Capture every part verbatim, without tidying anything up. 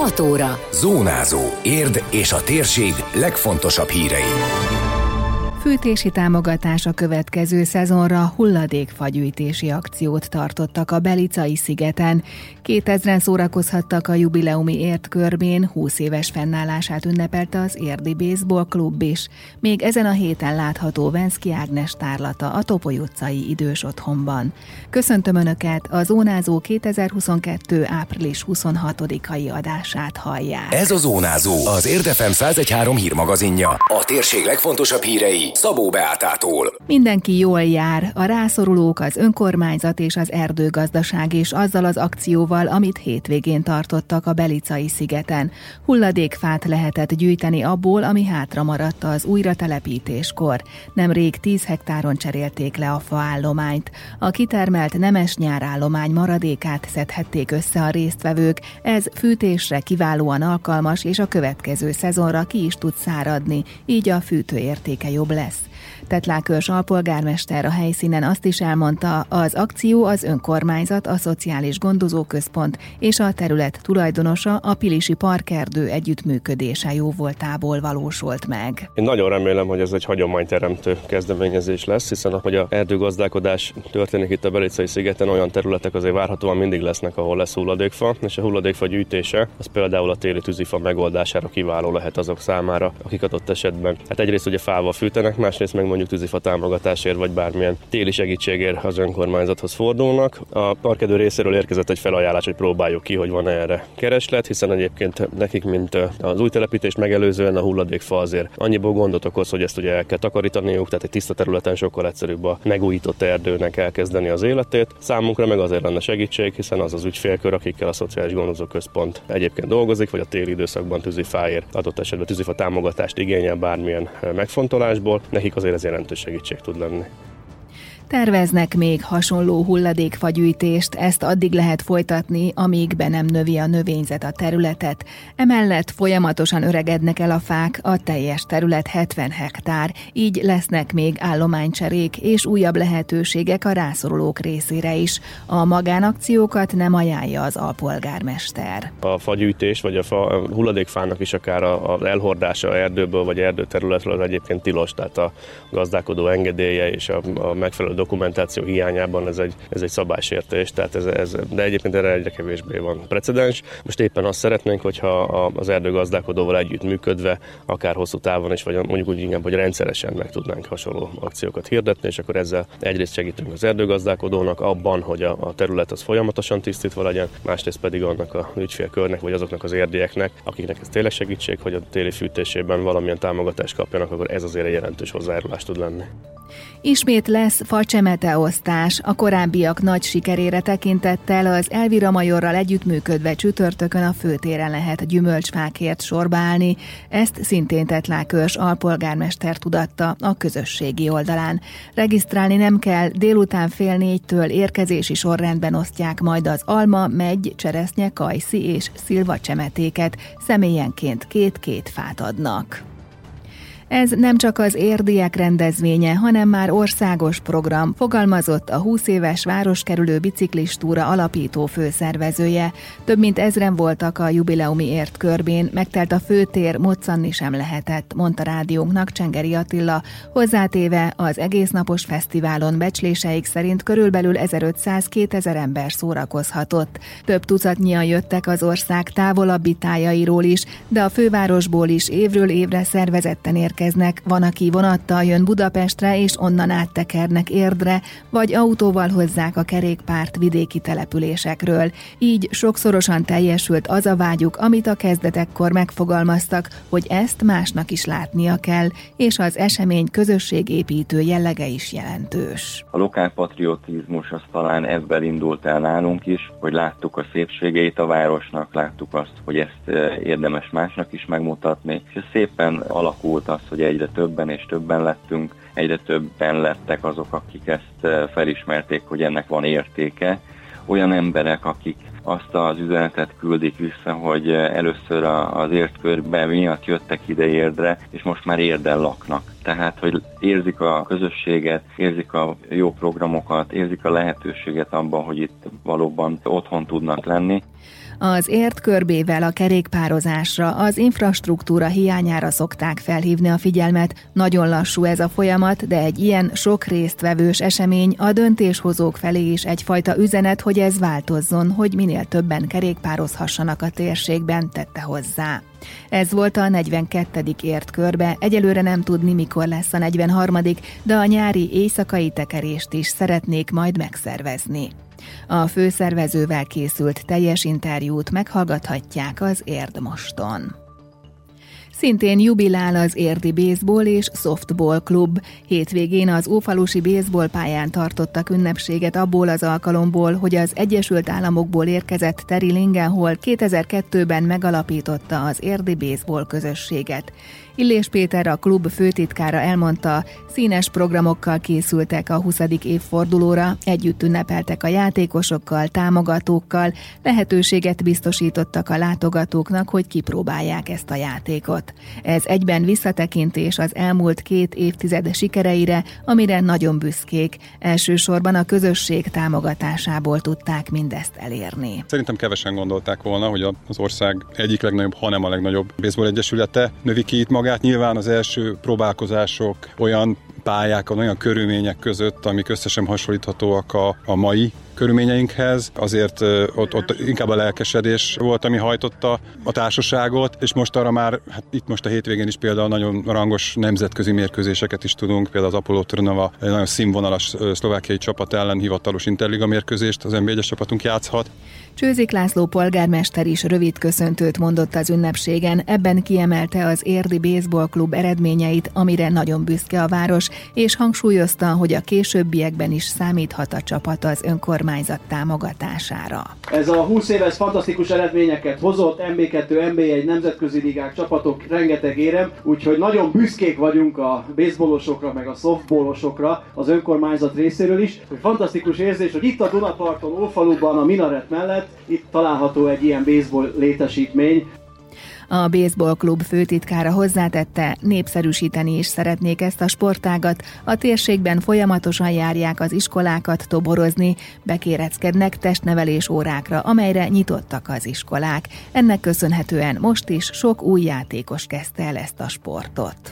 hat óra. Zónázó. Érd és a térség legfontosabb hírei. Fűtési támogatás a következő szezonra hulladékfagyűjtési akciót tartottak a Belicai szigeten. kétezren szórakozhattak a jubileumi Érd körbén, húsz éves fennállását ünnepelte az Érdi Baseball Klub is. Még ezen a héten látható Venszky Ágnes tárlata a Topoly utcai idős otthonban. Köszöntöm Önöket, a Zónázó kétezer-huszonkettő. április huszonhatodikai adását hallják. Ez a Zónázó, az Érd ef em száz tizenhárom hírmagazinja. A térség legfontosabb hírei Szabó Beátától. Mindenki jól jár, a rászorulók, az önkormányzat és az erdőgazdaság is azzal az akcióval, amit hétvégén tartottak a Belicai szigeten. Hulladékfát lehetett gyűjteni abból, ami hátra maradt az újratelepítéskor. Nemrég tíz hektáron cserélték le a faállományt. A kitermelt nemes nyárállomány maradékát szedhették össze a résztvevők, ez fűtésre kiválóan alkalmas, és a következő szezonra ki is tud száradni, így a fűtőértéke jobb lesz. Tetlákörs alpolgármester a helyszínen azt is elmondta, az akció az önkormányzat, a Szociális Gondozóközpont és a terület tulajdonosa, a Pilisi Parkerdő együttműködése jóvoltából valósult meg. Én nagyon remélem, hogy ez egy hagyományteremtő kezdeményezés lesz, hiszen hogy a erdőgazdálkodás történik itt a Belicai szigeten, olyan területek azért várhatóan mindig lesznek, ahol lesz hulladékfa, és a hulladékfa gyűjtése az például a téli tűzifa megoldására kiváló lehet azok számára, akik adott esetben hát egyrészt ugye fával fűtenek, másrészt meg mondjuk tűzifa támogatásért vagy bármilyen téli segítségért az önkormányzathoz fordulnak. A parkedő részéről érkezett egy felajánlás, hogy próbáljuk ki, hogy van erre kereslet, hiszen egyébként nekik, mint az új telepítést megelőzően a hulladékfa azért annyiból gondot okoz, hogy ezt ugye el kell takarítaniuk, tehát egy tiszta területen sokkal egyszerűbb a megújított erdőnek elkezdeni az életét. Számunkra meg azért lenne segítség, hiszen az az ügyfélkör, akikkel a Szociális Gondozóközpont egyébként dolgozik, vagy a téli időszakban tűzifáért adott esetben tűzifa támogatást igényel bármilyen megfontolásból, nekik azért ez jelentős segítség tud lenni. Terveznek még hasonló hulladékfagyűjtést, ezt addig lehet folytatni, amíg be nem növi a növényzet a területet. Emellett folyamatosan öregednek el a fák, a teljes terület hetven hektár, így lesznek még állománycserék és újabb lehetőségek a rászorulók részére is. A magánakciókat nem ajánlja az alpolgármester. A fagyűjtés vagy a, fa, a hulladékfának is akár az elhordása erdőből vagy erdőterületről az egyébként tilos, tehát a gazdálkodó engedélye és a, a megfelelő dokumentáció hiányában ez egy, ez egy szabálysértés, tehát ez, ez, de egyébként erre egyre kevésbé van precedens. Most éppen azt szeretnénk, hogyha az erdőgazdálkodóval együtt működve, akár hosszú távon is, vagy mondjuk úgy inkább, hogy rendszeresen meg tudnánk hasonló akciókat hirdetni, és akkor ezzel egyrészt segítünk az erdőgazdálkodónak abban, hogy a, a terület az folyamatosan tisztítva legyen, másrészt pedig annak a ügyfélkörnek, vagy azoknak az érdieknek, akiknek ez tényleg segítség, hogy a téli fűtésében valamilyen támogatást kapjanak, akkor ez azért egy jelentős hozzájárulás tud lenni. Ismét lesz facsemeteosztás. A korábbiak nagy sikerére tekintettel az Elvira Majorral együttműködve csütörtökön a főtéren lehet gyümölcsfákért sorba állni. Ezt szintén Tetlákörs alpolgármester tudatta a közösségi oldalán. Regisztrálni nem kell, délután fél négytől érkezési sorrendben osztják majd az alma, meggy, cseresznye, kajszi és szilva csemetéket. Személyenként két-két fát adnak. Ez nem csak az érdiek rendezvénye, hanem már országos program, fogalmazott a húsz éves városkerülő biciklistúra alapító főszervezője. Több mint ezren voltak a jubileumi Érd körbén, megtelt a főtér, moccanni sem lehetett, mondta rádiónknak Csengeri Attila. Hozzátéve az egésznapos fesztiválon becsléseik szerint körülbelül ezerötszáz-kétezer ember szórakozhatott. Több tucatnyian jöttek az ország távolabbi tájairól is, de a fővárosból is évről évre szervezetten érkeztek. Van, aki vonattal jön Budapestre, és onnan áttekernek Érdre, vagy autóval hozzák a kerékpárt vidéki településekről. Így sokszorosan teljesült az a vágyuk, amit a kezdetekkor megfogalmaztak, hogy ezt másnak is látnia kell, és az esemény közösségépítő jellege is jelentős. A lokálpatriotizmus az talán ebből indult el nálunk is, hogy láttuk a szépségeit a városnak, láttuk azt, hogy ezt érdemes másnak is megmutatni, és szépen alakult az, hogy egyre többen és többen lettünk, egyre többen lettek azok, akik ezt felismerték, hogy ennek van értéke. Olyan emberek, akik azt az üzenetet küldik vissza, hogy először az Érd-körben miatt jöttek ide Érdre, és most már Érden laknak. Tehát, hogy érzik a közösséget, érzik a jó programokat, érzik a lehetőséget abban, hogy itt valóban otthon tudnak lenni. Az ért körbével a kerékpározásra, az infrastruktúra hiányára szokták felhívni a figyelmet. Nagyon lassú ez a folyamat, de egy ilyen sok résztvevős esemény a döntéshozók felé is egyfajta üzenet, hogy ez változzon, hogy minél többen kerékpározhassanak a térségben, tette hozzá. Ez volt a negyvenkettedik ért körbe, egyelőre nem tudni, mikor lesz a negyvenharmadik, de a nyári éjszakai tekerést is szeretnék majd megszervezni. A főszervezővel készült teljes interjút meghallgathatják az Érd Moston. Szintén jubilál az érdi baseball és softball klub. Hétvégén az ófalusi baseball pályán tartottak ünnepséget abból az alkalomból, hogy az Egyesült Államokból érkezett Terry Lingenhol kétezer-kettőben megalapította az érdi baseball közösséget. Illés Péter, a klub főtitkára elmondta, színes programokkal készültek a huszadik évfordulóra, együtt ünnepeltek a játékosokkal, támogatókkal, lehetőséget biztosítottak a látogatóknak, hogy kipróbálják ezt a játékot. Ez egyben visszatekintés az elmúlt két évtized sikereire, amire nagyon büszkék. Elsősorban a közösség támogatásából tudták mindezt elérni. Szerintem kevesen gondolták volna, hogy az ország egyik legnagyobb, hanem a legnagyobb baseball egyesülete növi ki itt magát. Nyilván az első próbálkozások olyan pályákon, olyan körülmények között, amik összesen hasonlíthatóak a, a mai körülményeinkhez, azért ott, ott inkább a lelkesedés volt, ami hajtotta a társaságot, és most arra már, hát itt most a hétvégén is például nagyon rangos nemzetközi mérkőzéseket is tudunk, például az Apollo Trnava egy nagyon színvonalas szlovákiai csapat ellen hivatalos interliga mérkőzést az en bé egyes csapatunk játszhat. Csőzik László polgármester is rövid köszöntőt mondott az ünnepségen, ebben kiemelte az érdi baseball klub eredményeit, amire nagyon büszke a város, és hangsúlyozta, hogy a későbbiekben is számíthat a csapat az önkormányzat támogatására. Ez a húsz éves fantasztikus eredményeket hozott, en bé kettő, en bé egy, nemzetközi ligák, csapatok, rengeteg érem, úgyhogy nagyon büszkék vagyunk a baseballosokra, meg a softballosokra az önkormányzat részéről is. Hogy fantasztikus érzés, hogy itt a Dunaparton, Ófaluban, a minaret mellett itt található egy ilyen baseball létesítmény. A baseball klub főtitkára hozzátette, népszerűsíteni is szeretnék ezt a sportágat, a térségben folyamatosan járják az iskolákat toborozni, bekéreckednek testnevelés órákra, amelyre nyitottak az iskolák. Ennek köszönhetően most is sok új játékos kezdte el ezt a sportot.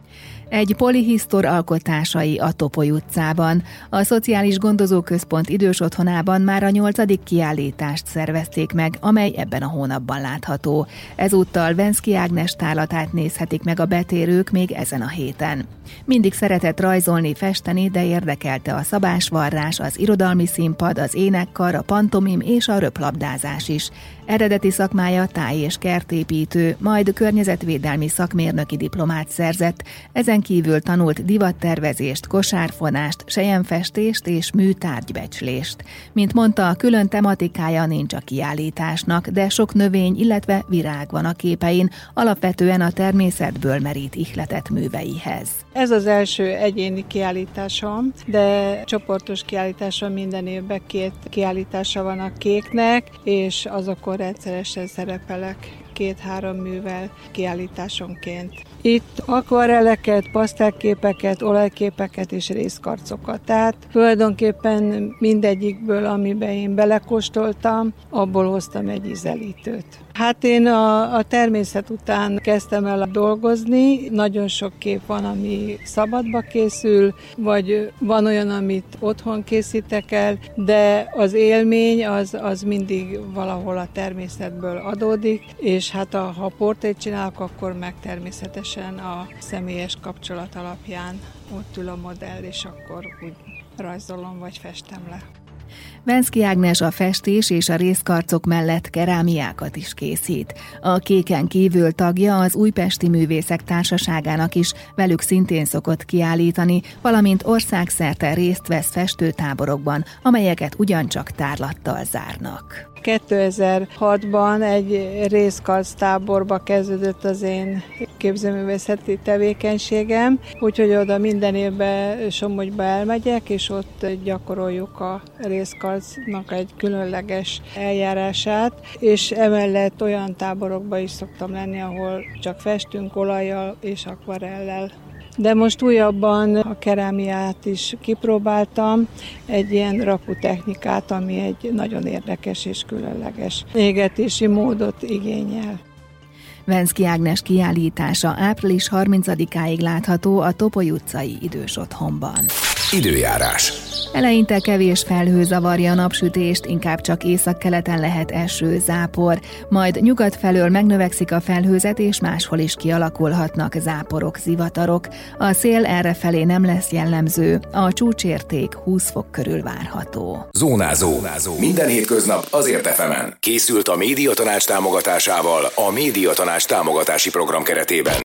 Egy polihisztor alkotásai a Topoly utcában. A Szociális Gondozóközpont idős otthonában már a nyolcadik kiállítást szervezték meg, amely ebben a hónapban látható. Ezúttal Venszky Ágnes tárlatát nézhetik meg a betérők még ezen a héten. Mindig szeretett rajzolni, festeni, de érdekelte a szabásvarrás, az irodalmi színpad, az énekkar, a pantomim és a röplabdázás is. Eredeti szakmája táj- és kertépítő, majd környezetvédelmi szakmérnöki diplomát szerzett, ezen kívül tanult divattervezést, kosárfonást, selyemfestést és műtárgybecslést. Mint mondta, külön tematikája nincs a kiállításnak, de sok növény, illetve virág van a képein, alapvetően a természetből merít ihletett műveihez. Ez az első egyéni kiállításom, de csoportos kiállításon minden évben két kiállítása van a kéknek, és azokon rendszeresen szerepelek két-három művel kiállításonként. Itt akvarelleket, pasztelképeket, olajképeket és részkarcokat. Tehát tulajdonképpen mindegyikből, amiben én belekóstoltam, abból hoztam egy ízelítőt. Hát én a, a természet után kezdtem el dolgozni, nagyon sok kép van, ami szabadba készül, vagy van olyan, amit otthon készítek el, de az élmény az, az mindig valahol a természetből adódik, és hát a, ha portrét csinálok, akkor meg természetesen a személyes kapcsolat alapján ott ül a modell, és akkor úgy rajzolom vagy festem le. Venszky Ágnes a festés és a részkarcok mellett kerámiákat is készít. A kéken kívül tagja az Újpesti Művészek Társaságának is, velük szintén szokott kiállítani, valamint országszerte részt vesz festőtáborokban, amelyeket ugyancsak tárlattal zárnak. kétezer-hatban egy részkarc táborba kezdődött az én képzőművészeti tevékenységem, úgyhogy oda minden évben Somogyba elmegyek, és ott gyakoroljuk a részkarcnak egy különleges eljárását, és emellett olyan táborokba is szoktam lenni, ahol csak festünk olajjal és akvarellel. de most újabban a kerámiát is kipróbáltam, egy ilyen rakótechnikát, ami egy nagyon érdekes és különleges égetési módot igényel. Venszky Ágnes kiállítása április harmincadikáig látható a Topoly utcai idős otthonban. Időjárás. Eleinte kevés felhő zavarja a napsütést, inkább csak északkeleten lehet eső, zápor, majd nyugat felől megnövekszik a felhőzet, és máshol is kialakulhatnak záporok, zivatarok. A szél errefelé nem lesz jellemző, a csúcsérték húsz fok körül várható. Zónázó. Minden hétköznap azért ef emen. Készült a Médiatanács támogatásával a Médiatanács támogatási program keretében.